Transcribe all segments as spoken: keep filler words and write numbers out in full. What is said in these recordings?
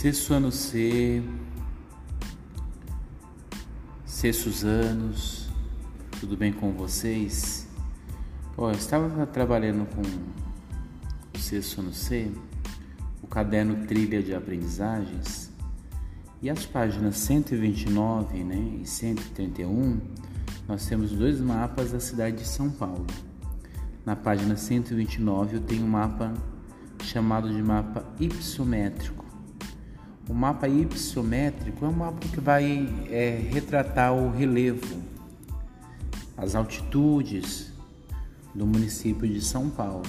Sexto ano C, sextos anos, tudo bem com vocês? Ó, eu estava trabalhando com o sexto ano C, o caderno Trilha de Aprendizagens, e as páginas cento e vinte e nove, né, e cento e trinta e um, nós temos dois mapas da cidade de São Paulo. Na página cento e vinte e nove eu tenho um mapa chamado de mapa hipsométrico. O mapa hipsométrico é um mapa que vai é, retratar o relevo, as altitudes do município de São Paulo.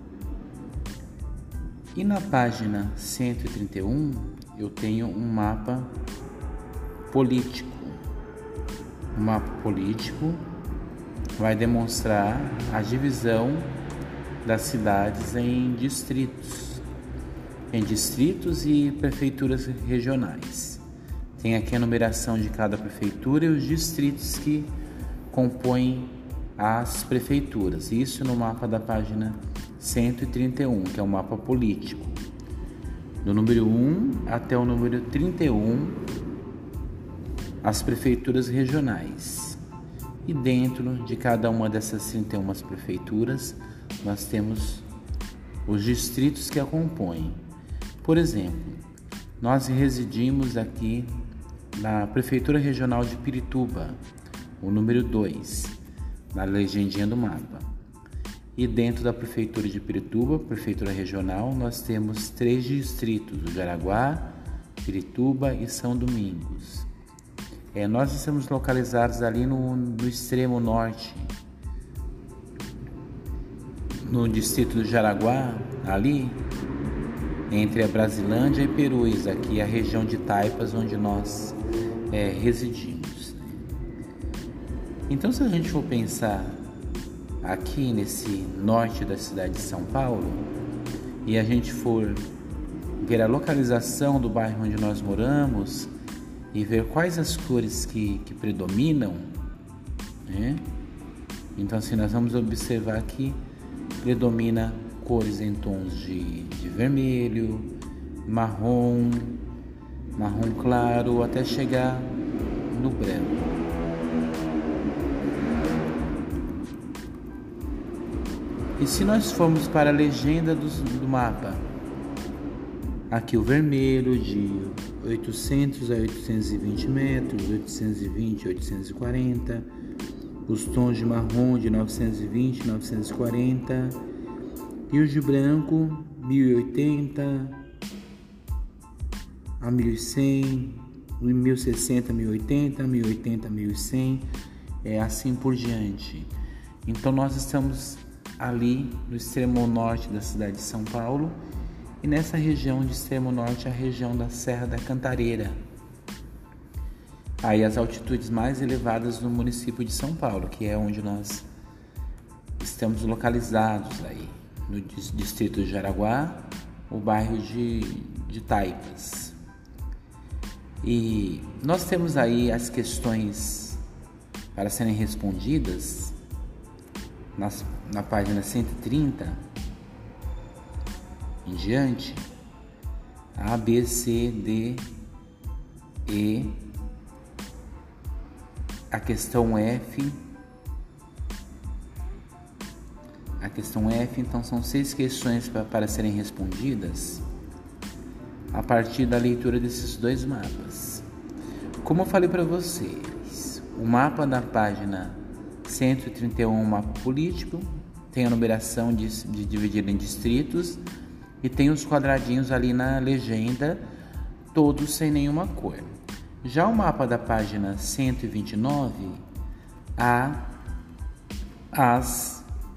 E na página cento e trinta e um eu tenho um mapa político. O mapa político vai demonstrar a divisão das cidades em distritos. em distritos e prefeituras regionais. Tem aqui a numeração de cada prefeitura e os distritos que compõem as prefeituras. Isso no mapa da página cento e trinta e um, que é o mapa político. Do número um até o número trinta e um, as prefeituras regionais. E dentro de cada uma dessas trinta e uma prefeituras, nós temos os distritos que a compõem. Por exemplo, nós residimos aqui na Prefeitura Regional de Pirituba, o número dois, na legendinha do mapa. E dentro da Prefeitura de Pirituba, Prefeitura Regional, nós temos três distritos, o Jaraguá, Pirituba e São Domingos. É, nós estamos localizados ali no, no extremo norte, no distrito do Jaraguá, ali, entre a Brasilândia e Perus, aqui a região de Taipas, onde nós é, residimos. Então, se a gente for pensar aqui nesse norte da cidade de São Paulo, e a gente for ver a localização do bairro onde nós moramos, e ver quais as cores que, que predominam, né? Então, assim, nós vamos observar que predomina cores em tons de, de vermelho, marrom, marrom claro, até chegar no branco. E se nós formos para a legenda do, do mapa, aqui o vermelho de oitocentos a oitocentos e vinte metros, oitocentos e vinte a oitocentos e quarenta, os tons de marrom de novecentos e vinte a novecentos e quarenta, e os de branco, mil e oitenta a mil e cem, mil e sessenta, mil e oitenta, mil e oitenta, mil e cem, é assim por diante. Então nós estamos ali no extremo norte da cidade de São Paulo, e nessa região de extremo norte, a região da Serra da Cantareira. Aí as altitudes mais elevadas no município de São Paulo, que é onde nós estamos localizados aí. No distrito de Jaraguá, o bairro de, de Taipas. E nós temos aí as questões para serem respondidas nas, na página cento e trinta em diante, A, B, C, D, E, a questão F. A questão F, então, são seis questões para, para serem respondidas a partir da leitura desses dois mapas. Como eu falei para vocês, o mapa da página cento e trinta e um é um mapa político, tem a numeração de, de dividida em distritos e tem os quadradinhos ali na legenda, todos sem nenhuma cor. Já o mapa da página cento e vinte e nove, há as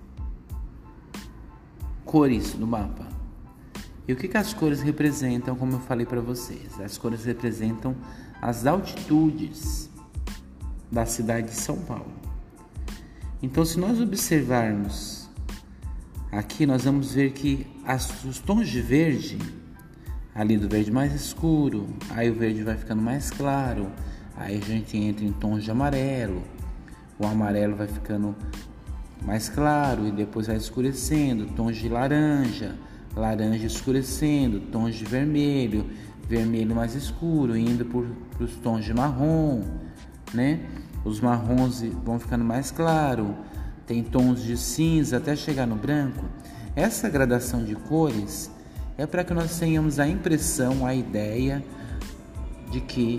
cores do mapa. E o que, que as cores representam, como eu falei para vocês? As cores representam as altitudes da cidade de São Paulo. Então, se nós observarmos aqui, nós vamos ver que as, os tons de verde, ali do verde mais escuro, aí o verde vai ficando mais claro, aí a gente entra em tons de amarelo, o amarelo vai ficando mais claro e depois vai escurecendo, tons de laranja, laranja escurecendo, tons de vermelho, vermelho mais escuro, indo para os tons de marrom, né? Os marrons vão ficando mais claros, tem tons de cinza até chegar no branco. Essa gradação de cores é para que nós tenhamos a impressão, a ideia de que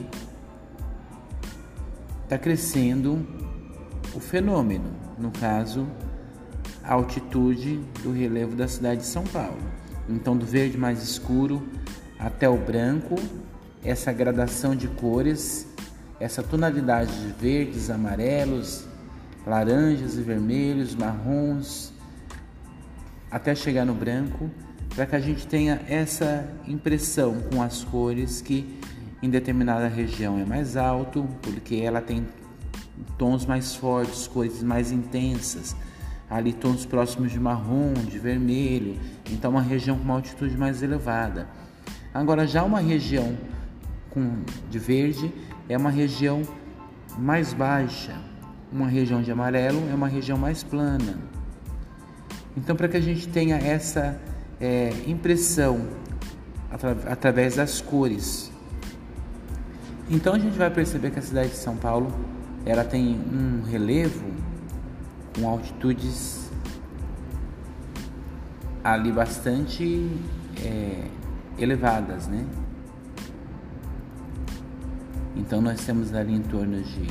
está crescendo o fenômeno, no caso, a altitude do relevo da cidade de São Paulo. Então, do verde mais escuro até o branco, essa gradação de cores, essa tonalidade de verdes, amarelos, laranjas e vermelhos, marrons, até chegar no branco, para que a gente tenha essa impressão com as cores que em determinada região é mais alto, porque ela tem tons mais fortes, cores mais intensas, ali tons próximos de marrom, de vermelho, então uma região com uma altitude mais elevada. Agora já uma região com, de verde é uma região mais baixa, uma região de amarelo é uma região mais plana. Então, para que a gente tenha essa é, impressão atra- através das cores, então a gente vai perceber que a cidade de São Paulo ela tem um relevo com altitudes ali bastante é, elevadas, né? Então nós temos ali em torno de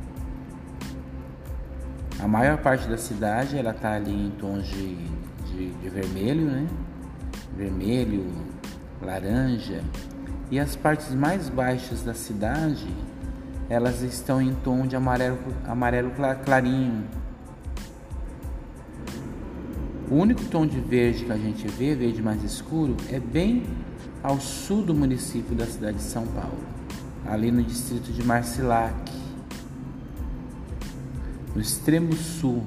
a maior parte da cidade ela está ali em tons de, de, de vermelho, né? Vermelho, laranja. E as partes mais baixas da cidade, elas estão em tom de amarelo, amarelo clarinho. O único tom de verde que a gente vê, verde mais escuro, é bem ao sul do município da cidade de São Paulo, ali no distrito de Marcilac, no extremo sul.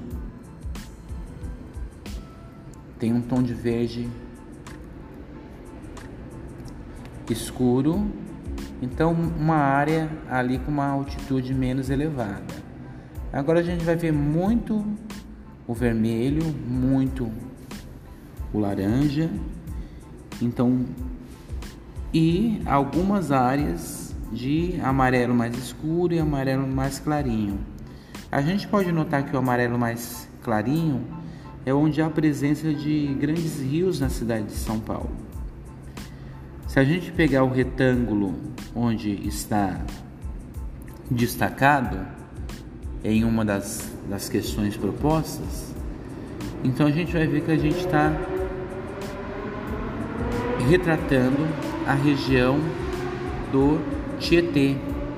Tem um tom de verde escuro, então uma área ali com uma altitude menos elevada. Agora a gente vai ver muito o vermelho, muito o laranja, então, e algumas áreas de amarelo mais escuro e amarelo mais clarinho. A gente pode notar que o amarelo mais clarinho é onde há a presença de grandes rios na cidade de São Paulo. Se a gente pegar o retângulo onde está destacado em uma das, das questões propostas, então a gente vai ver que a gente está retratando a região do Tietê,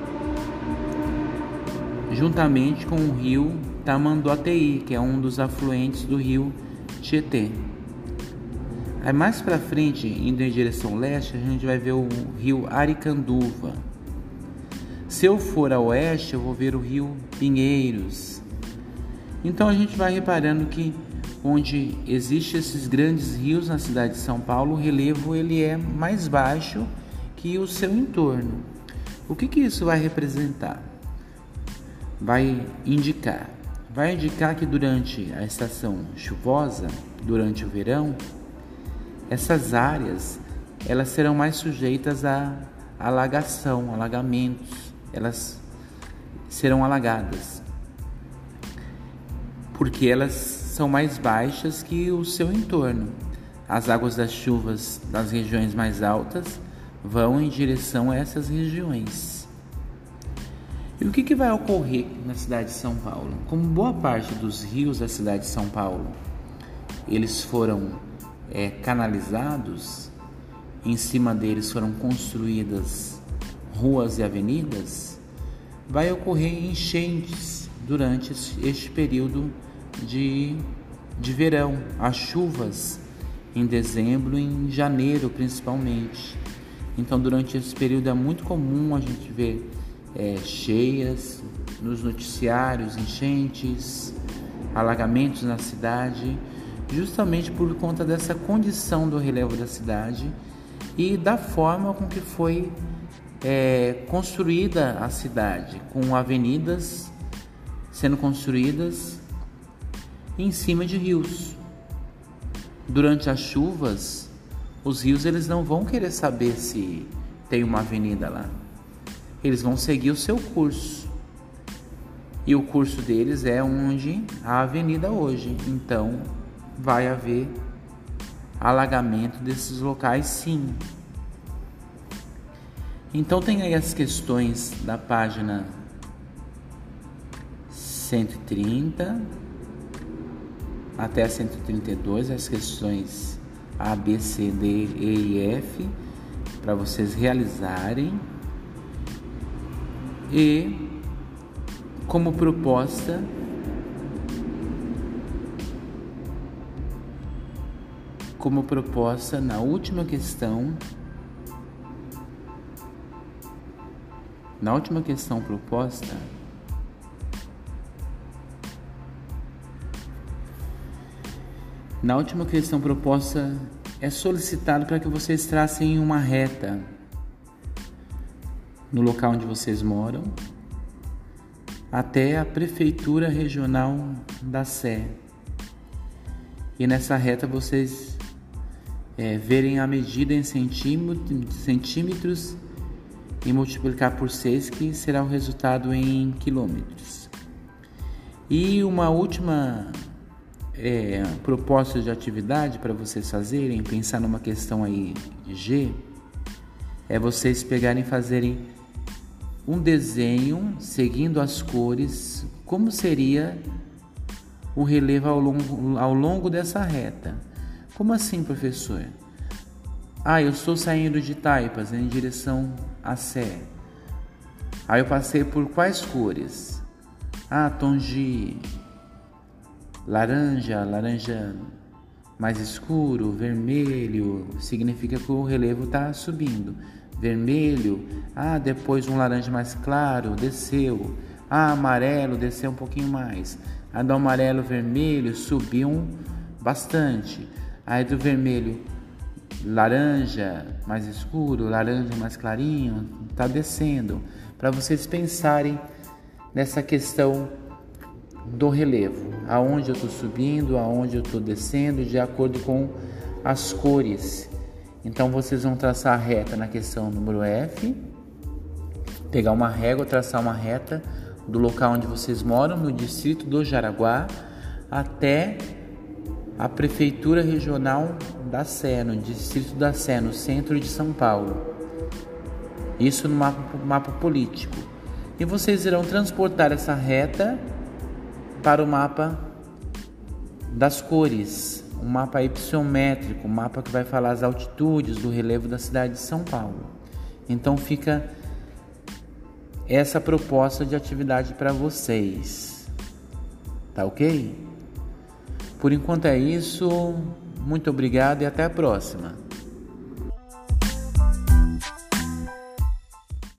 juntamente com o rio Tamanduateí, que é um dos afluentes do rio Tietê. Aí mais para frente, indo em direção leste, a gente vai ver o rio Aricanduva. Se eu for a oeste, eu vou ver o rio Pinheiros. Então a gente vai reparando que onde existem esses grandes rios na cidade de São Paulo, o relevo ele é mais baixo que o seu entorno. O que que isso vai representar? Vai indicar, vai indicar que durante a estação chuvosa, durante o verão, essas áreas elas serão mais sujeitas a alagação, alagamentos, elas serão alagadas, porque elas são mais baixas que o seu entorno. As águas das chuvas das regiões mais altas vão em direção a essas regiões. E o que, que vai ocorrer na cidade de São Paulo? Como boa parte dos rios da cidade de São Paulo eles foram é, canalizados, em cima deles foram construídas ruas e avenidas, vai ocorrer enchentes durante este período de, de verão, as chuvas em dezembro e em janeiro principalmente. Então durante esse período é muito comum a gente ver é, cheias nos noticiários, enchentes, alagamentos na cidade, justamente por conta dessa condição do relevo da cidade e da forma com que foi é, construída a cidade, com avenidas sendo construídas em cima de rios. Durante as chuvas, os rios eles não vão querer saber se tem uma avenida lá. Eles vão seguir o seu curso. E o curso deles é onde a avenida hoje. Então, vai haver alagamento desses locais, sim. Então, tem aí as questões da página cento e trinta até a cento e trinta e dois, as questões A, B, C, D, E e F, para vocês realizarem. E como proposta, como proposta na última questão, na última questão proposta, na última questão proposta é solicitado para que vocês tracem uma reta no local onde vocês moram até a Prefeitura Regional da Sé. E nessa reta vocês é, verem a medida em centímetros e multiplicar por seis, que será o resultado em quilômetros. E uma última é, proposta de atividade para vocês fazerem, pensar numa questão aí G, é vocês pegarem e fazerem um desenho seguindo as cores, como seria o relevo ao longo, ao longo dessa reta. Como assim, professor? Ah, eu estou saindo de Taipas em direção a Sé. Aí eu passei por quais cores? Ah, tons de laranja, laranja mais escuro, vermelho, significa que o relevo está subindo. Vermelho, ah, depois um laranja mais claro, desceu. Ah, amarelo, desceu um pouquinho mais. Aí do amarelo, vermelho, subiu bastante. Aí do vermelho, laranja mais escuro, laranja mais clarinho, tá descendo. Para vocês pensarem nessa questão do relevo, aonde eu estou subindo, aonde eu estou descendo, de acordo com as cores. Então vocês vão traçar a reta na questão número F, pegar uma régua, traçar uma reta do local onde vocês moram, no distrito do Jaraguá, até a Prefeitura Regional da Sé, no distrito da Sé, no centro de São Paulo. Isso no mapa, mapa político. E vocês irão transportar essa reta para o mapa das cores, um mapa ipsiométrico, um mapa que vai falar as altitudes do relevo da cidade de São Paulo. Então fica essa proposta de atividade para vocês, tá ok? Por enquanto é isso, muito obrigado e até a próxima.